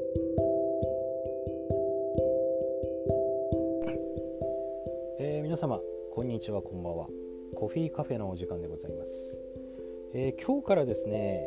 皆様こんにちは、こんばんは。コフィーカフェのお時間でございます。今日からですね、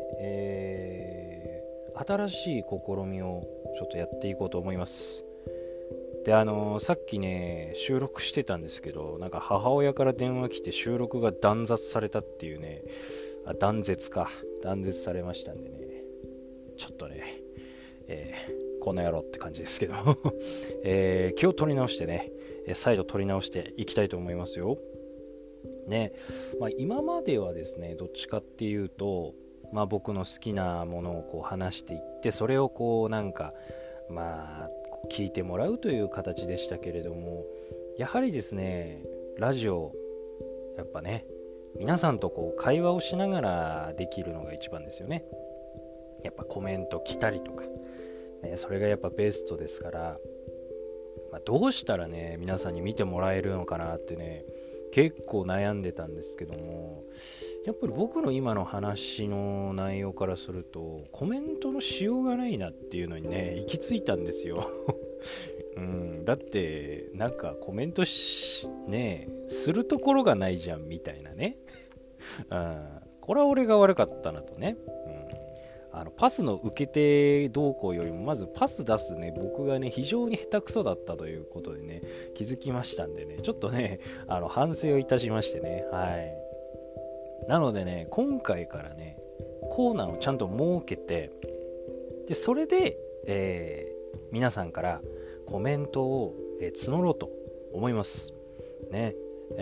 新しい試みをちょっとやっていこうと思います。で、さっきね収録してたんですけど、なんか母親から電話来て収録が断絶されたっていうね、断絶されましたんでね、ちょっとね、この野郎って感じですけど気を取り直してね、再度取り直していきたいと思いますよね。今まではですね、どっちかっていうと、僕の好きなものをこう話していって、それをこうなんか聞いてもらうという形でしたけれども、やはりですね、ラジオやっぱね、皆さんとこう会話をしながらできるのが一番ですよね。やっぱコメント来たりとか、ね、それがやっぱベストですから、どうしたらね皆さんに見てもらえるのかなってね、結構悩んでたんですけども、やっぱり僕の今の話の内容からするとコメントのしようがないなっていうのにね行き着いたんですよだってなんかコメントねするところがないじゃんみたいなねこれは俺が悪かったなとね、パスの受け手動向よりもまずパス出すね僕がね非常に下手くそだったということでね気づきましたんでね、ちょっとね反省をいたしましてね、なのでね、今回からねコーナーをちゃんと設けて、でそれで、皆さんからコメントを、募ろうと思いますね。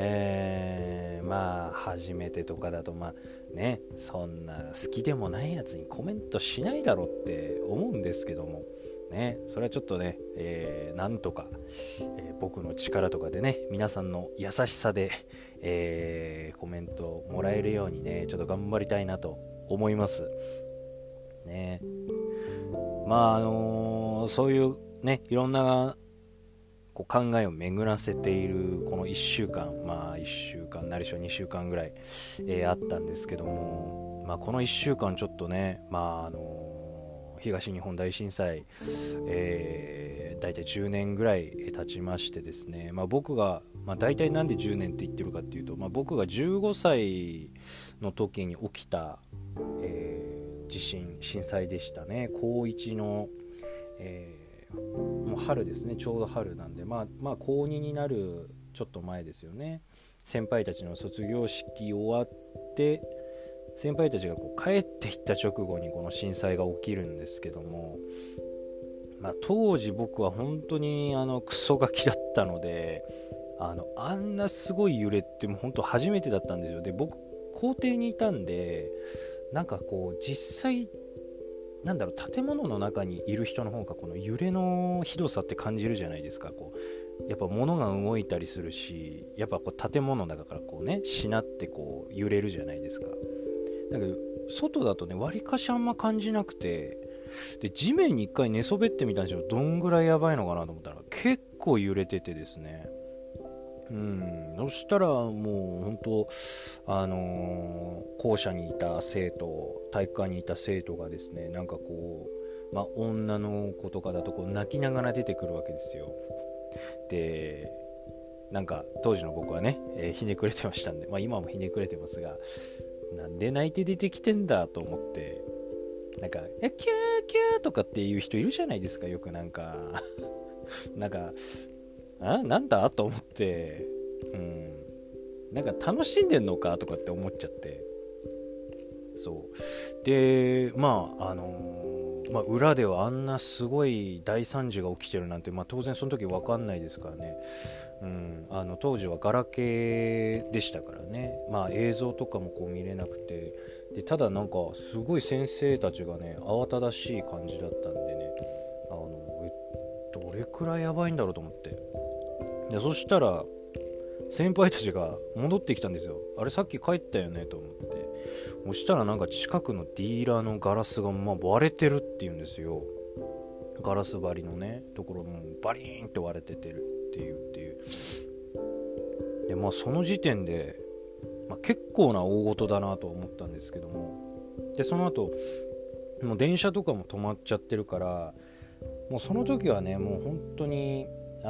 初めてとかだとそんな好きでもないやつにコメントしないだろうって思うんですけどもね、それはちょっとね、なんとか、僕の力とかでね、皆さんの優しさで、コメントもらえるようにねちょっと頑張りたいなと思いますね。そういうねいろんなこう考えを巡らせているこの1週間、1週間なりしろ2週間ぐらい、あったんですけども、この1週間ちょっとね、東日本大震災、大体10年ぐらい経ちましてですね、僕が、大体なんで10年って言ってるかっていうと、僕が15歳の時に起きた、震災でしたね。高1の、もう春ですね、ちょうど春なんで、高2になるちょっと前ですよね。先輩たちの卒業式終わって、先輩たちがこう帰っていった直後にこの震災が起きるんですけども、当時僕は本当にクソガキだったので、あんなすごい揺れってもう本当初めてだったんですよ。で、僕校庭にいたんで、なんかこう実際建物の中にいる人の方がこの揺れのひどさって感じるじゃないですか。こうやっぱ物が動いたりするし、やっぱこう建物だからこうねしなってこう揺れるじゃないですか。だけど外だとねわりかしあんま感じなくて、で地面に一回寝そべってみたんですよ。どんぐらいやばいのかなと思ったら結構揺れててですね、そしたらもう本当校舎にいた生徒、体育館にいた生徒がですね、なんかこう女の子とかだとこう泣きながら出てくるわけですよ。でなんか当時の僕はね、ひねくれてましたんで、今もひねくれてますが、なんで泣いて出てきてんだと思って、なんかキャーキャーとかっていう人いるじゃないですか、よくなんかなんだと思って、なんか楽しんでんのかとかって思っちゃって、そうで裏ではあんなすごい大惨事が起きてるなんて、当然その時分かんないですからね。当時はガラケーでしたからね、映像とかもこう見れなくて、でただなんかすごい先生たちがね慌ただしい感じだったんでね、どれくらいやばいんだろうと思って、でそしたら先輩たちが戻ってきたんですよ。あれさっき帰ったよねと思って、そしたらなんか近くのディーラーのガラスが割れてるっていうんですよ。ガラス張りのねところもバリーンって割れててるっていうで、その時点で、結構な大事だなと思ったんですけども、でその後もう電車とかも止まっちゃってるから、 もうその時はねもう本当に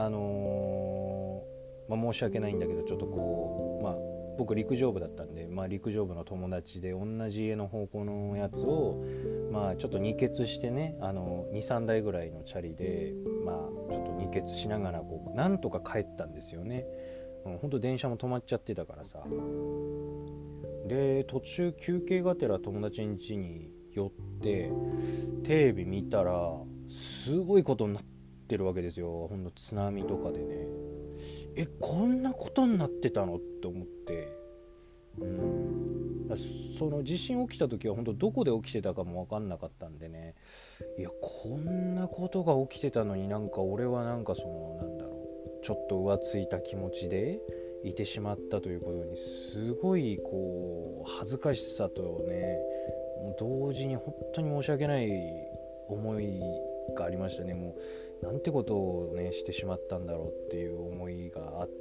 申し訳ないんだけどちょっと僕陸上部だったんで、陸上部の友達で同じ家の方向のやつをちょっと二欠してね2、3台ぐらいのチャリでちょっと二欠しながらなんとか帰ったんですよね。本当電車も止まっちゃってたからさ。で途中休憩がてら友達ん家に寄ってテレビ見たらすごいことになってるわけですよ。ほんと津波とかでね、こんなことになってたのって思って、その地震起きた時は本当どこで起きてたかも分かんなかったんでね、こんなことが起きてたのに俺はちょっと浮ついた気持ちでいてしまったということにすごい恥ずかしさとねもう同時に本当に申し訳ない思いがありましたね。もうなんてことをねしてしまったんだろうっていう思いがあって、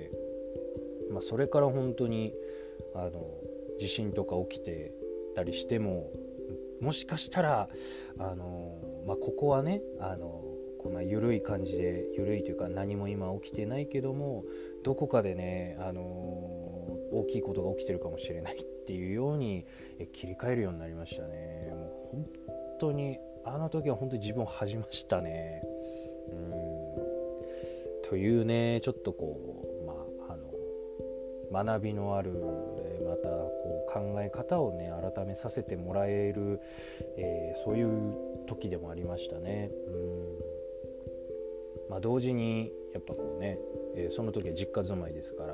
それから本当に地震とか起きてたりしてももしかしたらここはねこんな緩い感じで緩いというか何も今起きてないけどもどこかでね大きいことが起きてるかもしれないっていうように切り替えるようになりましたね。もう本当に時は本当に自分を恥じましたね。というねちょっと学びのあるまた考え方をね改めさせてもらえる、そういう時でもありましたね。同時にやっぱその時は実家住まいですから、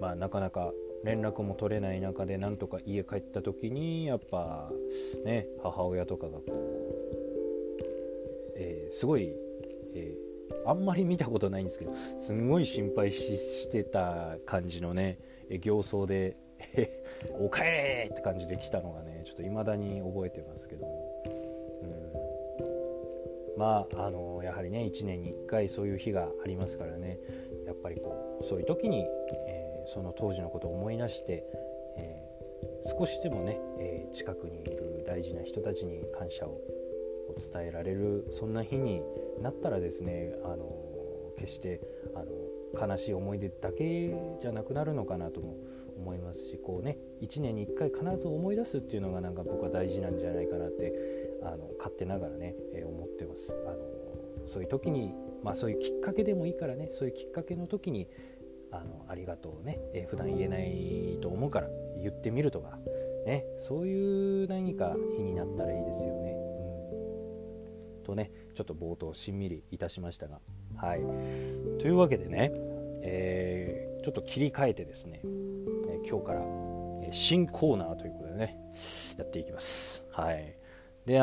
なかなか連絡も取れない中でなんとか家帰った時にやっぱね母親とかがすごい、あんまり見たことないんですけどすんごい心配してた感じのね形相でおかえりって感じで来たのがねちょっと未だに覚えてますけども、やはりね1年に1回そういう日がありますからねやっぱりそういう時に、その当時のことを思い出して、少しでもね、近くにいる大事な人たちに感謝を伝えられるそんな日になったらですね決して悲しい思い出だけじゃなくなるのかなとも思いますし1年に1回必ず思い出すっていうのが僕は大事なんじゃないかなって勝手ながらね、思ってます。そういう時にそういうきっかけでもいいからねそういうきっかけの時にありがとうをね、普段言えないと思うから言ってみるとかねそういう何か日になったらいいですよね。とねちょっと冒頭しんみりいたしましたがというわけでね、ちょっと切り替えてですね、今日から、新コーナーということでねやっていきます。で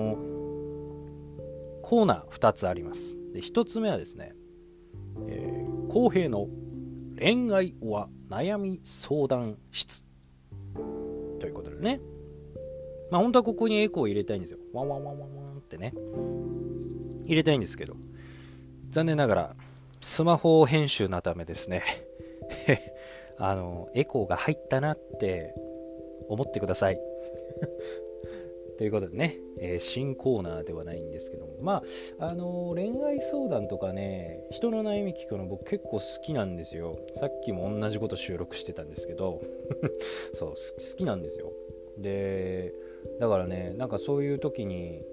コーナー2つあります。で1つ目はですね、公平の恋愛は悩み相談室ということでね、本当はここにエコーを入れたいんですよ。ワンワンワンワンワンってね入れたいんですけど残念ながらスマホ編集のためですねエコーが入ったなって思ってくださいということでね、新コーナーではないんですけども恋愛相談とかね人の悩み聞くの僕結構好きなんですよ。さっきも同じこと収録してたんですけどそう好きなんですよ。でだからねそういう時に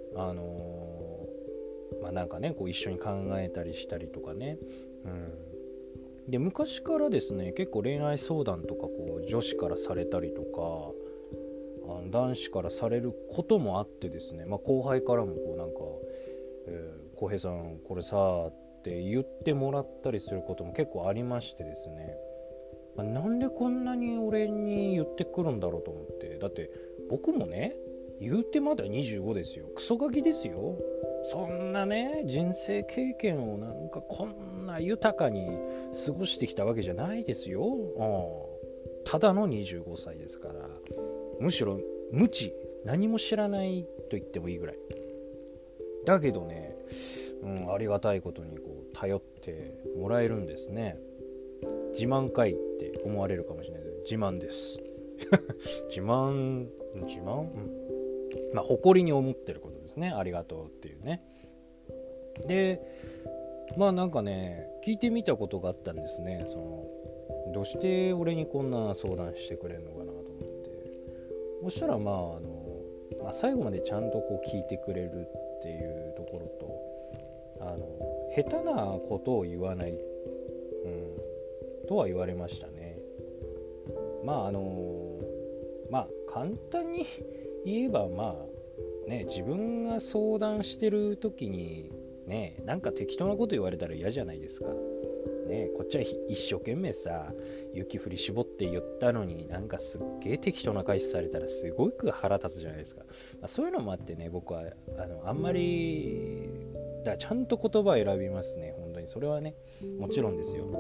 一緒に考えたりしたりとかね、で昔からですね結構恋愛相談とか女子からされたりとか男子からされることもあってですね、後輩からも浩平さんこれさって言ってもらったりすることも結構ありましてですね、なんでこんなに俺に言ってくるんだろうと思って。だって僕もね言うてまだ25ですよ。クソガキですよ。そんなね人生経験をこんな豊かに過ごしてきたわけじゃないですよ。ただの25歳ですから、むしろ無知何も知らないと言ってもいいぐらいだけどね、ありがたいことに頼ってもらえるんですね。自慢かいって思われるかもしれないけど自慢です自慢、 誇りに思ってることですね。ありがとうっていうね。でなんかね、聞いてみたことがあったんですね。どうして俺にこんな相談してくれるのかなと思って、そしたら最後までちゃんとこう聞いてくれるっていうところと、下手なことを言わない、とは言われましたね。簡単に言えば自分が相談してる時にね、なんか適当なこと言われたら嫌じゃないですか。こっちは一生懸命さ雪振り絞って言ったのに、なんかすっげえ適当な返しされたらすごく腹立つじゃないですか。そういうのもあってね、僕はあんまりちゃんと言葉を選びますね。本当にそれはね、もちろんですよ。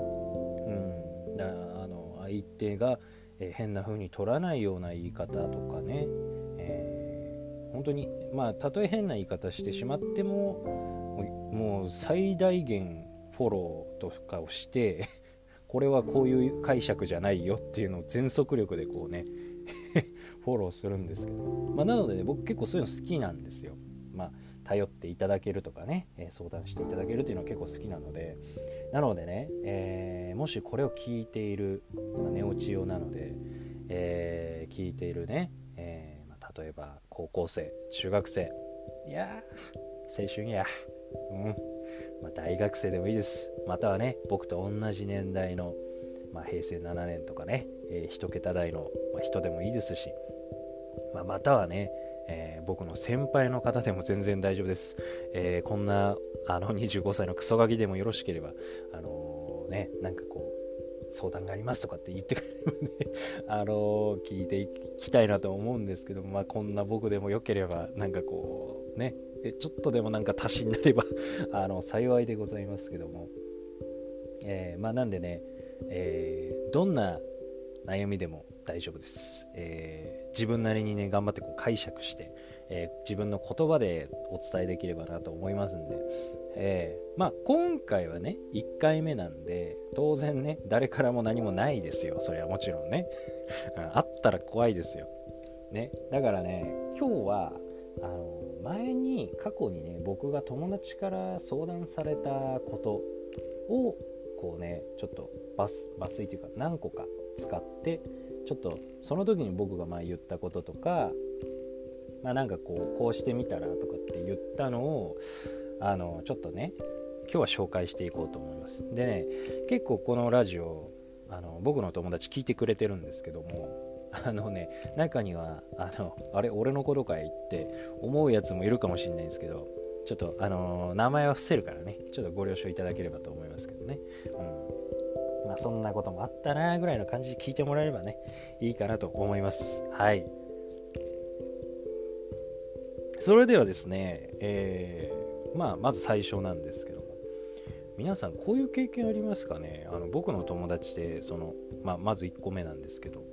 相手が変な風に取らないような言い方とかね、本当にたとえ変な言い方してしまってもう最大限フォローとかをしてこれはこういう解釈じゃないよっていうのを全速力でこうねフォローするんですけど、なのでね、僕結構そういうの好きなんですよ。頼っていただけるとかね、相談していただけるっていうのは結構好きなので、もしこれを聞いている、寝落ち用なので、聞いているね、例えば高校生、中学生、いや青春や、大学生でもいいです。またはね、僕と同じ年代の、平成7年とかね、一桁台の、人でもいいですし、またはね、僕の先輩の方でも全然大丈夫です。こんな25歳のクソガキでもよろしければなんかこう相談がありますとかって言ってくれればね聞いていきたいなと思うんですけども、こんな僕でもよければなんかこうね、ちょっとでもなんか足しになれば幸いでございますけども、なんでね、どんな悩みでも大丈夫です。自分なりにね頑張ってこう解釈して、自分の言葉でお伝えできればなと思いますんで、今回はね1回目なんで当然ね誰からも何もないですよ。それはもちろんねあったら怖いですよ、ね、だからね今日は過去にね僕が友達から相談されたことをこうねちょっと抜粋というか何個か使ってちょっとその時に僕が言ったこととか、なんかこうしてみたらとかって言ったのをちょっとね今日は紹介していこうと思います。でね、結構このラジオ僕の友達聞いてくれてるんですけども、中にはあれ俺のことかいって思うやつもいるかもしれないんですけど、ちょっと名前は伏せるからね、ちょっとご了承いただければと思いますけどね。そんなこともあったなぐらいの感じで聞いてもらえればねいいかなと思います。はい、それではですね、まず最初なんですけども、皆さんこういう経験ありますかね。僕の友達でまず1個目なんですけど、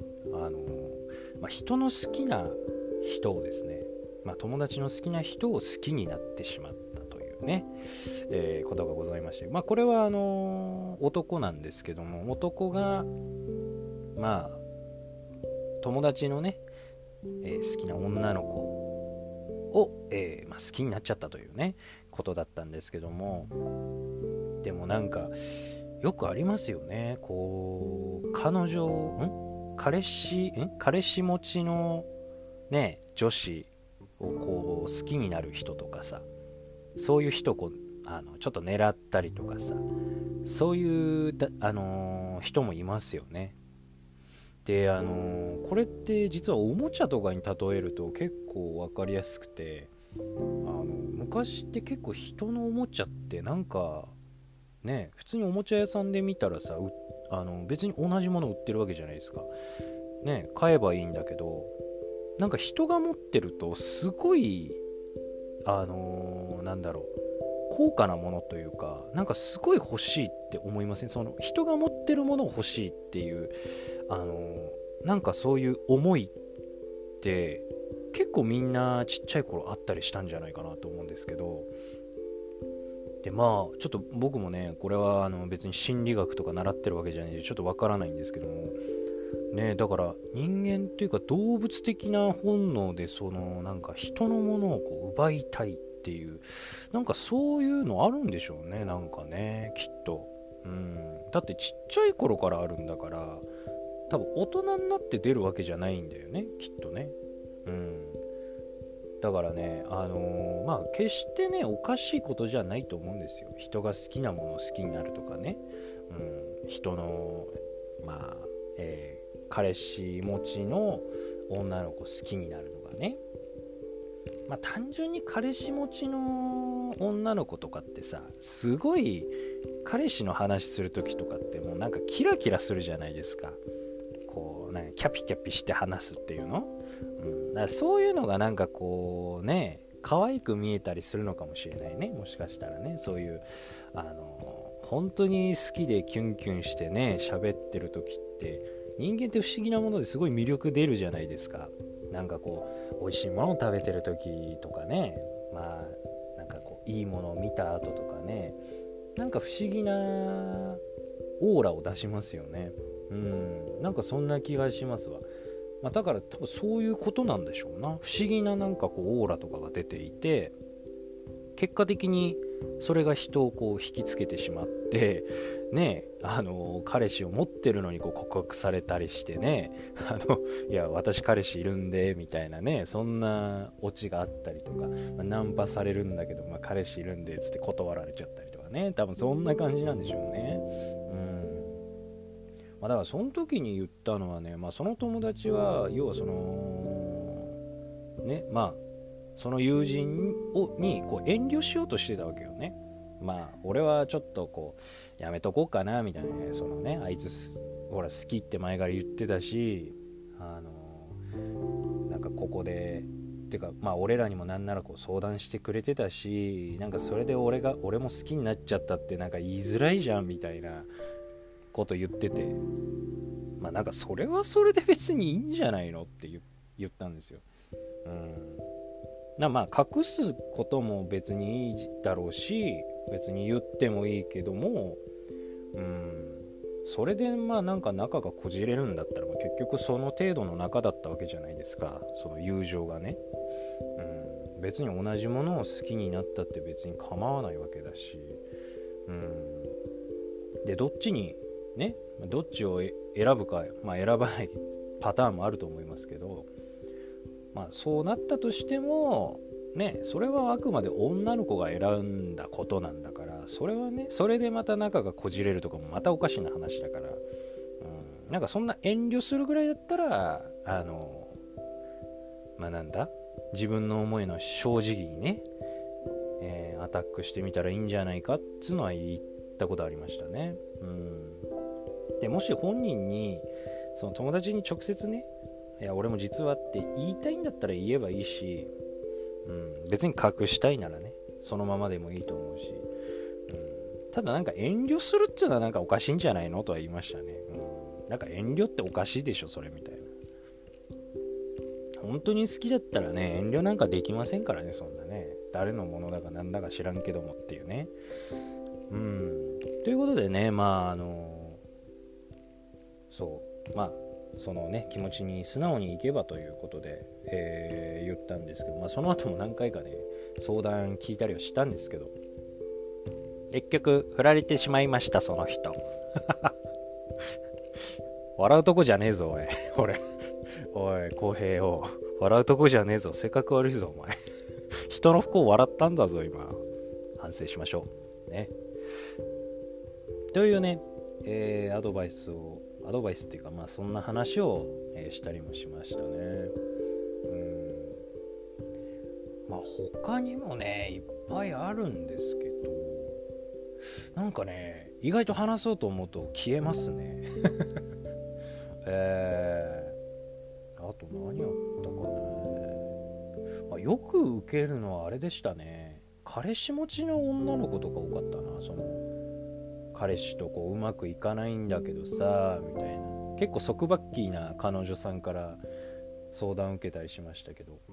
人の好きな人をですね、友達の好きな人を好きになってしまったというね、ことがございまして、これは男なんですけども、男が友達のね、好きな女の子を、好きになっちゃったというねことだったんですけども、でもなんかよくありますよね。こう彼氏持ちのね女子をこう好きになる人とかさ、そういう人ちょっと狙ったりとかさ、そういう人もいますよね。でこれって実はおもちゃとかに例えると結構分かりやすくて、昔って結構人のおもちゃってなんかね、普通におもちゃ屋さんで見たらさ別に同じもの売ってるわけじゃないですかね。買えばいいんだけど、なんか人が持ってるとすごいなんだろう、高価なものというか、なんかすごい欲しいって思いません？その人が持ってるものを欲しいっていうなんかそういう思いって結構みんなちっちゃい頃あったりしたんじゃないかなと思うんですけど、でちょっと僕もねこれは別に心理学とか習ってるわけじゃないんでちょっとわからないんですけども、 ね、だから人間っていうか動物的な本能でそのなんか人のものをこう奪いたいっていうなんかそういうのあるんでしょうね、なんかね、きっと。だってちっちゃい頃からあるんだから多分大人になって出るわけじゃないんだよね、きっとね。だからね、まあ決してねおかしいことじゃないと思うんですよ。人が好きなものを好きになるとかね、人のまあ、彼氏持ちの女の子好きになるのがね、まあ単純に彼氏持ちの女の子とかってさ、すごい彼氏の話する時とかってもうなんかキラキラするじゃないですか。こうなんかキャピキャピして話すっていうの、だからそういうのがなんかこうね可愛く見えたりするのかもしれないね、もしかしたらね。そういう本当に好きでキュンキュンしてね喋ってる時って人間って不思議なものですごい魅力出るじゃないですか。なんかこう美味しいものを食べてる時とかね、まあなんかこういいものを見た後とかね、なんか不思議なオーラを出しますよね。なんかそんな気がしますわ。だから多分そういうことなんでしょうな。不思議ななんかこうオーラとかが出ていて、結果的にそれが人をこう引きつけてしまってね、彼氏を持ってるのにこう告白されたりしてね、いや私彼氏いるんでみたいなね、そんなオチがあったりとか、ナンパされるんだけど、彼氏いるんでつって断られちゃったりとかね、多分そんな感じなんでしょうね。だからその時に言ったのはね、その友達は要はそのね、その友人にこう遠慮しようとしてたわけよね。俺はちょっとこうやめとこうかなみたいなね、そのね、あいつほら好きって前から言ってたし、なんかここでてか俺らにもなんならこう相談してくれてたし、なんかそれで俺も好きになっちゃったってなんか言いづらいじゃんみたいなこと言ってて、なんかそれはそれで別にいいんじゃないのって言ったんですよ。隠すことも別にいいだろうし、別に言ってもいいけども、それでなんか仲がこじれるんだったら、結局その程度の仲だったわけじゃないですか、その友情がね。別に同じものを好きになったって別に構わないわけだし、でどっちにね、どっちを選ぶか、選ばないパターンもあると思いますけど、そうなったとしてもね、それはあくまで女の子が選んだことなんだから、それはね、それでまた仲がこじれるとかもまたおかしな話だから、なんかそんな遠慮するぐらいだったらなんだ、自分の思いの正直にね、アタックしてみたらいいんじゃないかっつうのは言ったことありましたね。でもし本人にその友達に直接ね、いや俺も実はって言いたいんだったら言えばいいし、別に隠したいならねそのままでもいいと思うし、ただなんか遠慮するっていうのはなんかおかしいんじゃないのとは言いましたね。なんか遠慮っておかしいでしょそれみたいな。本当に好きだったらね遠慮なんかできませんからね、そんなね、誰のものだかなんだか知らんけどもっていうね。ということでね、そのね気持ちに素直にいけばということで、言ったんですけど、その後も何回かね相談聞いたりはしたんですけど、結局振られてしまいました、その人。笑うとこじゃねえぞおい俺おい公平よ、笑うとこじゃねえぞ、性格悪いぞお前人の不幸笑ったんだぞ今、反省しましょうね。というね、アドバイスっていうかそんな話を、したりもしましたね。他にもねいっぱいあるんですけど、なんかね意外と話そうと思うと消えますねあと何あったかね、よく受けるのはあれでしたね。彼氏持ちの女の子とか多かったな。その彼氏とこううまくいかないんだけどさみたいな、結構束縛キーな彼女さんから相談受けたりしましたけど、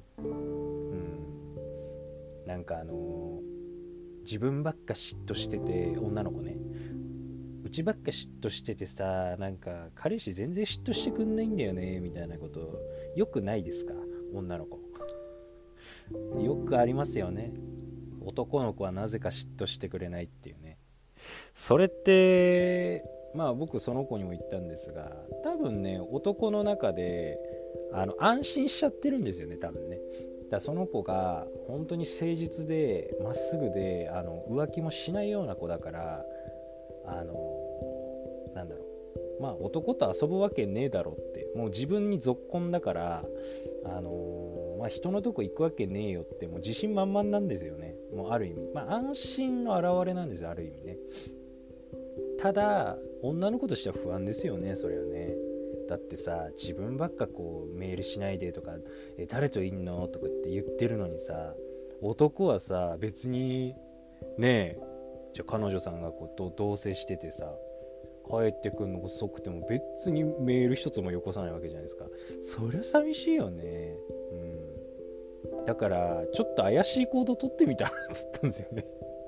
なんか自分ばっか嫉妬してて、女の子ね、うちばっか嫉妬しててさ、なんか彼氏全然嫉妬してくんないんだよねみたいなことよくないですか、女の子。よくありますよね。男の子はなぜか嫉妬してくれないっていうね。それってまあ僕その子にも言ったんですが、多分ね男の中で安心しちゃってるんですよね、多分ね。だからその子が本当に誠実でまっすぐで浮気もしないような子だから、なんだろう、まあ男と遊ぶわけねえだろって、もう自分にぞっこんだから、まあ、人のとこ行くわけねえよってもう自信満々なんですよね。もうある意味、まあ、安心の表れなんですよ、ある意味ね。ただ女の子としては不安ですよね、それはね。だってさ、自分ばっかこうメールしないでとか、誰といんのとかって言ってるのにさ、男はさ別にねえ、じゃあ彼女さんがこう同棲しててさ、帰ってくんの遅くても別にメール一つもよこさないわけじゃないですか。そりゃ寂しいよね。だからちょっと怪しい行動取ってみたらっつったんですよね。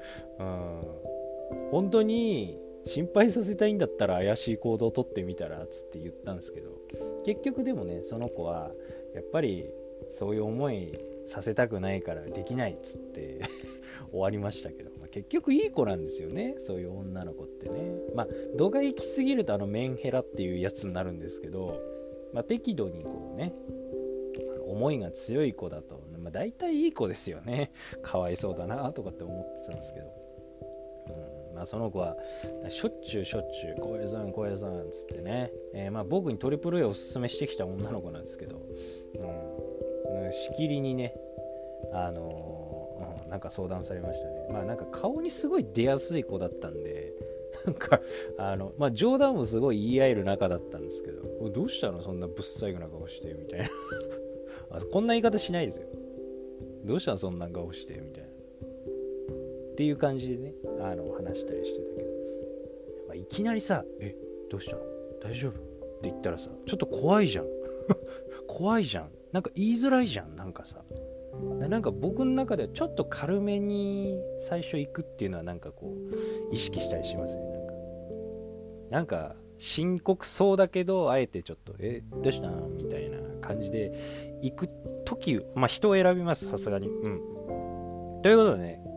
本当に心配させたいんだったら怪しい行動取ってみたらっつって言ったんですけど、結局でもね、その子はやっぱりそういう思いさせたくないからできないっつって終わりましたけど、結局いい子なんですよね、そういう女の子ってね。度が行き過ぎるとメンヘラっていうやつになるんですけど、適度にこうね、思いが強い子だと、大体いい子ですよね。かわいそうだなとかって思ってたんですけど、その子はしょっちゅう小平さんっつってね、僕にトリプル A をおすすめしてきた女の子なんですけど、しきりにね、なんか相談されましたね。なんか顔にすごい出やすい子だったんで、なんか冗談もすごい言い合える仲だったんですけど、どうしたのそんなぶっさいくな顔してみたいなこんな言い方しないですよ。どうしたのそんな顔してみたいなっていう感じでね、話したりしてたけど、いきなりさ、どうしたの大丈夫って言ったらさ、ちょっと怖いじゃん怖いじゃん、なんか言いづらいじゃん、なんかさ、なんか僕の中ではちょっと軽めに最初行くっていうのはなんかこう意識したりしますね。なんか深刻そうだけど、あえてちょっとどうしたのみたいな感じで行くとき、人を選びます、さすがに。ということでね、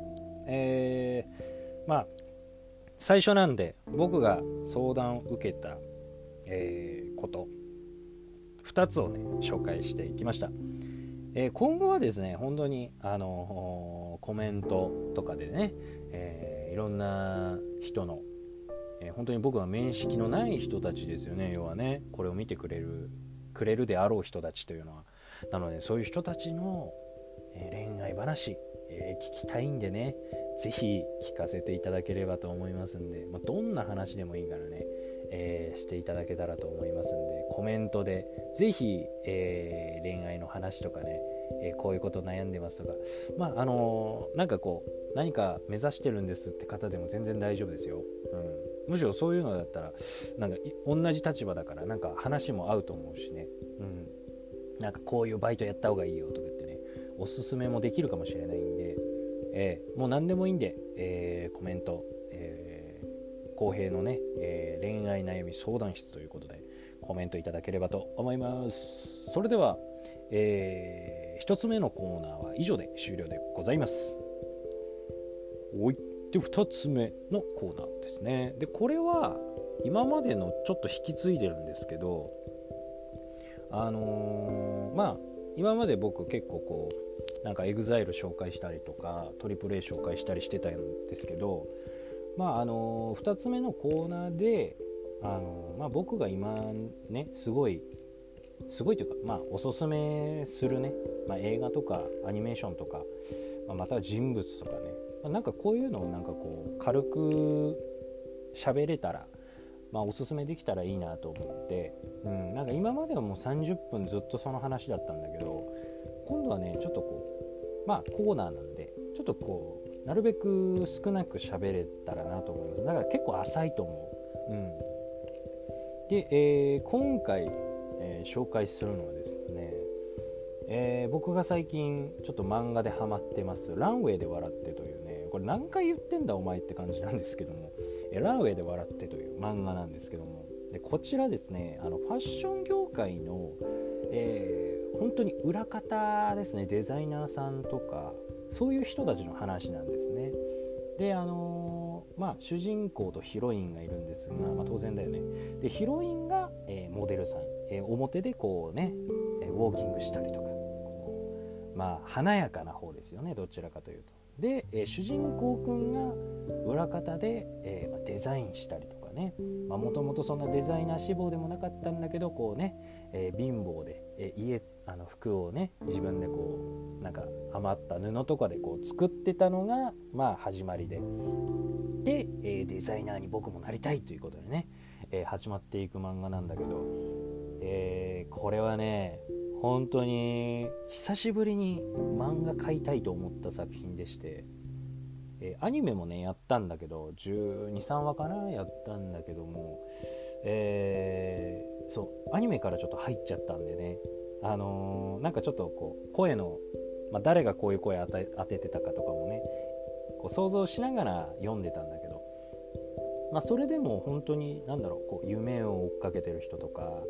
最初なんで僕が相談を受けた、こと2つをね紹介していきました。今後はですね、本当にコメントとかでね、いろんな人の、本当に僕は面識のない人たちですよね。要はね、これを見てくれるであろう人たちというのは、なのでそういう人たちの、恋愛話、聞きたいんでね、ぜひ聞かせていただければと思いますんで、どんな話でもいいからね、していただけたらと思いますんで、コメントでぜひ、恋愛の話とかね、こういうこと悩んでますとか、なんかこう何か目指してるんですって方でも全然大丈夫ですよ。むしろそういうのだったらなんか同じ立場だからなんか話も合うと思うしね、なんかこういうバイトやった方がいいよとか言ってね、おすすめもできるかもしれないんで、もう何でもいいんで、コメント、公平のね、恋愛悩み相談室ということでコメントいただければと思います。それでは、1つ目のコーナーは以上で終了でございます。で2つ目のコーナーですね。でこれは今までのちょっと引き継いでるんですけど、今まで僕結構こうなんか EXILE 紹介したりとかトリプル A 紹介したりしてたんですけど、2つ目のコーナーで僕が今ねすごいというか、おすすめするね、映画とかアニメーションとか、または人物とかね、なんかこういうのをなんかこう軽く喋れたら、おすすめできたらいいなと思って、なんか今まではもう30分ずっとその話だったんだけど、今度はねちょっとこうコーナーなんでちょっとこうなるべく少なく喋れたらなと思います。だから結構浅いと思う。で、今回、紹介するのはですね、僕が最近ちょっと漫画でハマってますランウェイで笑ってというね、これ何回言ってんだお前って感じなんですけども、 ランウェイで笑ってという漫画なんですけども、でこちらですね、ファッション業界の、本当に裏方ですね、デザイナーさんとかそういう人たちの話なんですね。で主人公とヒロインがいるんですが、当然だよね。でヒロインが、モデルさん、表でこうね、ウォーキングしたりとか、華やかな方ですよね、どちらかというと。で、主人公くんが裏方で、デザインしたりとかね、もともとそんなデザイナー志望でもなかったんだけど、こうね、貧乏で、服をね自分でこうなんか余った布とかでこう作ってたのが始まりで、デザイナーに僕もなりたいということでね、始まっていく漫画なんだけど、これはね本当に久しぶりに漫画描いたいと思った作品でして、アニメもねやったんだけど12、3話かなやったんだけども、そうアニメからちょっと入っちゃったんでね、なんかちょっとこう声の、誰がこういう声当ててたかとかもねこう想像しながら読んでたんだけど、それでも本当にこう夢を追っかけてる人とか、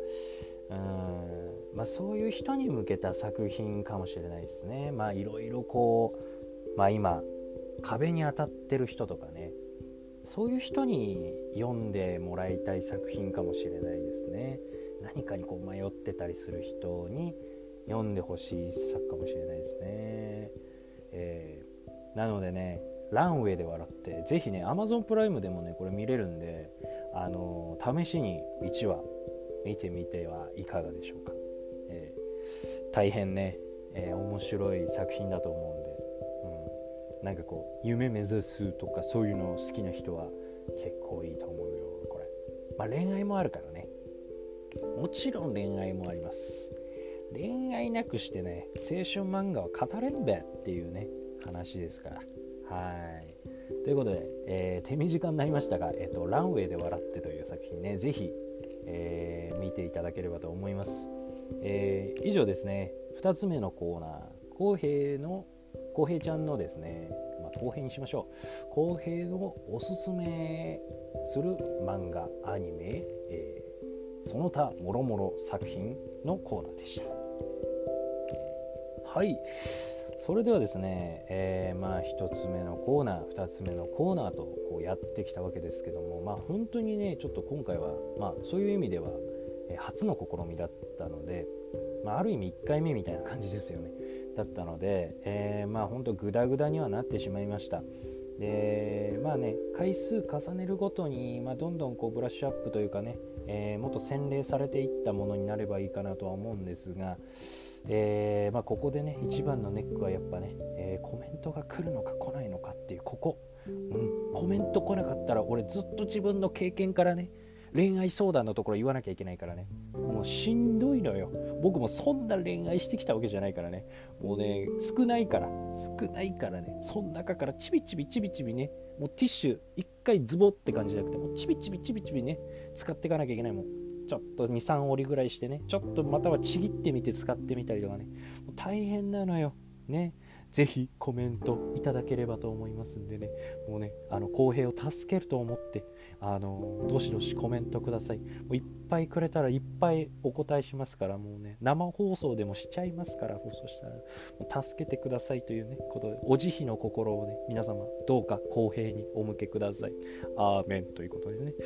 そういう人に向けた作品かもしれないですね。いろいろこう、今壁に当たってる人とかね、そういう人に読んでもらいたい作品かもしれないですね。何かにこう迷ってたりする人に読んでほしい一作かもしれないですね。なのでね、ランウェイで笑ってぜひね Amazon プライムでもねこれ見れるんで、試しに1話見てみてはいかがでしょうか。大変ね、面白い作品だと思うんで、なんかこう夢目指すとかそういうの好きな人は結構いいと思うよこれ。恋愛もあるからね、もちろん恋愛もあります。恋愛なくしてね青春漫画は語れんべっていうね話ですから。はいということで、手短になりましたが、ランウェイで笑ってという作品ねぜひ、見ていただければと思います。以上ですね、2つ目のコーナー、浩平ちゃんのですね、浩平にしましょう、浩平のおすすめする漫画アニメ、その他もろもろ作品のコーナーでした。はい、それではですね、1つ目のコーナー2つ目のコーナーとこうやってきたわけですけども、本当にねちょっと今回は、そういう意味では、初の試みだったので、ある意味1回目みたいな感じですよねだったので、本当グダグダにはなってしまいました。で回数重ねるごとに、どんどんこうブラッシュアップというかね、もっと洗練されていったものになればいいかなとは思うんですが、ここでね一番のネックはやっぱね、コメントが来るのか来ないのかっていうここ、コメント来なかったら俺ずっと自分の経験からね恋愛相談のところ言わなきゃいけないからね、もうしんどいのよ。僕もそんな恋愛してきたわけじゃないからね、もうね少ないからね、その中からちびちびね、もうティッシュ一回ズボって感じじゃなくて、もうちびちびね使っていかなきゃいけない。もんちょっと 2,3 折りぐらいしてね、ちょっとまたはちぎってみて使ってみたりとかね、もう大変なのよね。ぜひコメントいただければと思いますんでね、もうね公平を助けると思ってどしどしコメントください。もういっぱいくれたらいっぱいお答えしますから、もうね生放送でもしちゃいますから、放送したらもう助けてくださいというねことで、お慈悲の心をね皆様どうか公平にお向けください。アーメンということでね、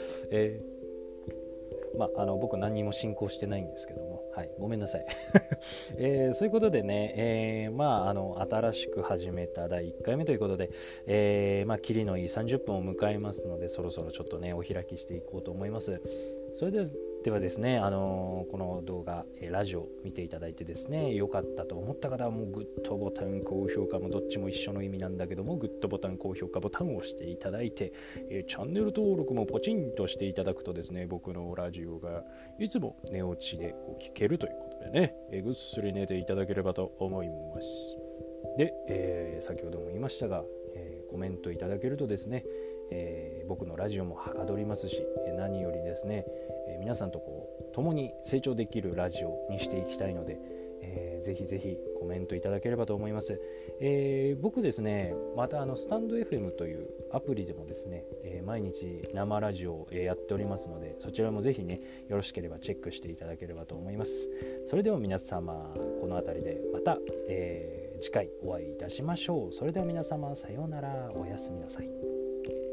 僕何にも進行してないんですけども、ごめんなさい、そういうことでね、新しく始めた第1回目ということで、キリのいい30分を迎えますので、そろそろちょっとねお開きしていこうと思います。それではですね、この動画、ラジオ見ていただいてですね、良かったと思った方はもうグッドボタン、高評価もどっちも一緒の意味なんだけども、グッドボタン、高評価ボタンを押していただいて、チャンネル登録もポチンとしていただくとですね、僕のラジオがいつも寝落ちでこう聞けるということでね、ぐっすり寝ていただければと思います。で、先ほども言いましたが、コメントいただけるとですね、僕のラジオもはかどりますし、何よりですね、皆さんとこう共に成長できるラジオにしていきたいので、 ぜひぜひコメントいただければと思います。僕ですね、またスタンド FM というアプリでもですね、毎日生ラジオをやっておりますので、そちらもぜひね、よろしければチェックしていただければと思います。それでは皆様、この辺りでまた、次回お会いいたしましょう。それでは皆様、さようなら、おやすみなさい。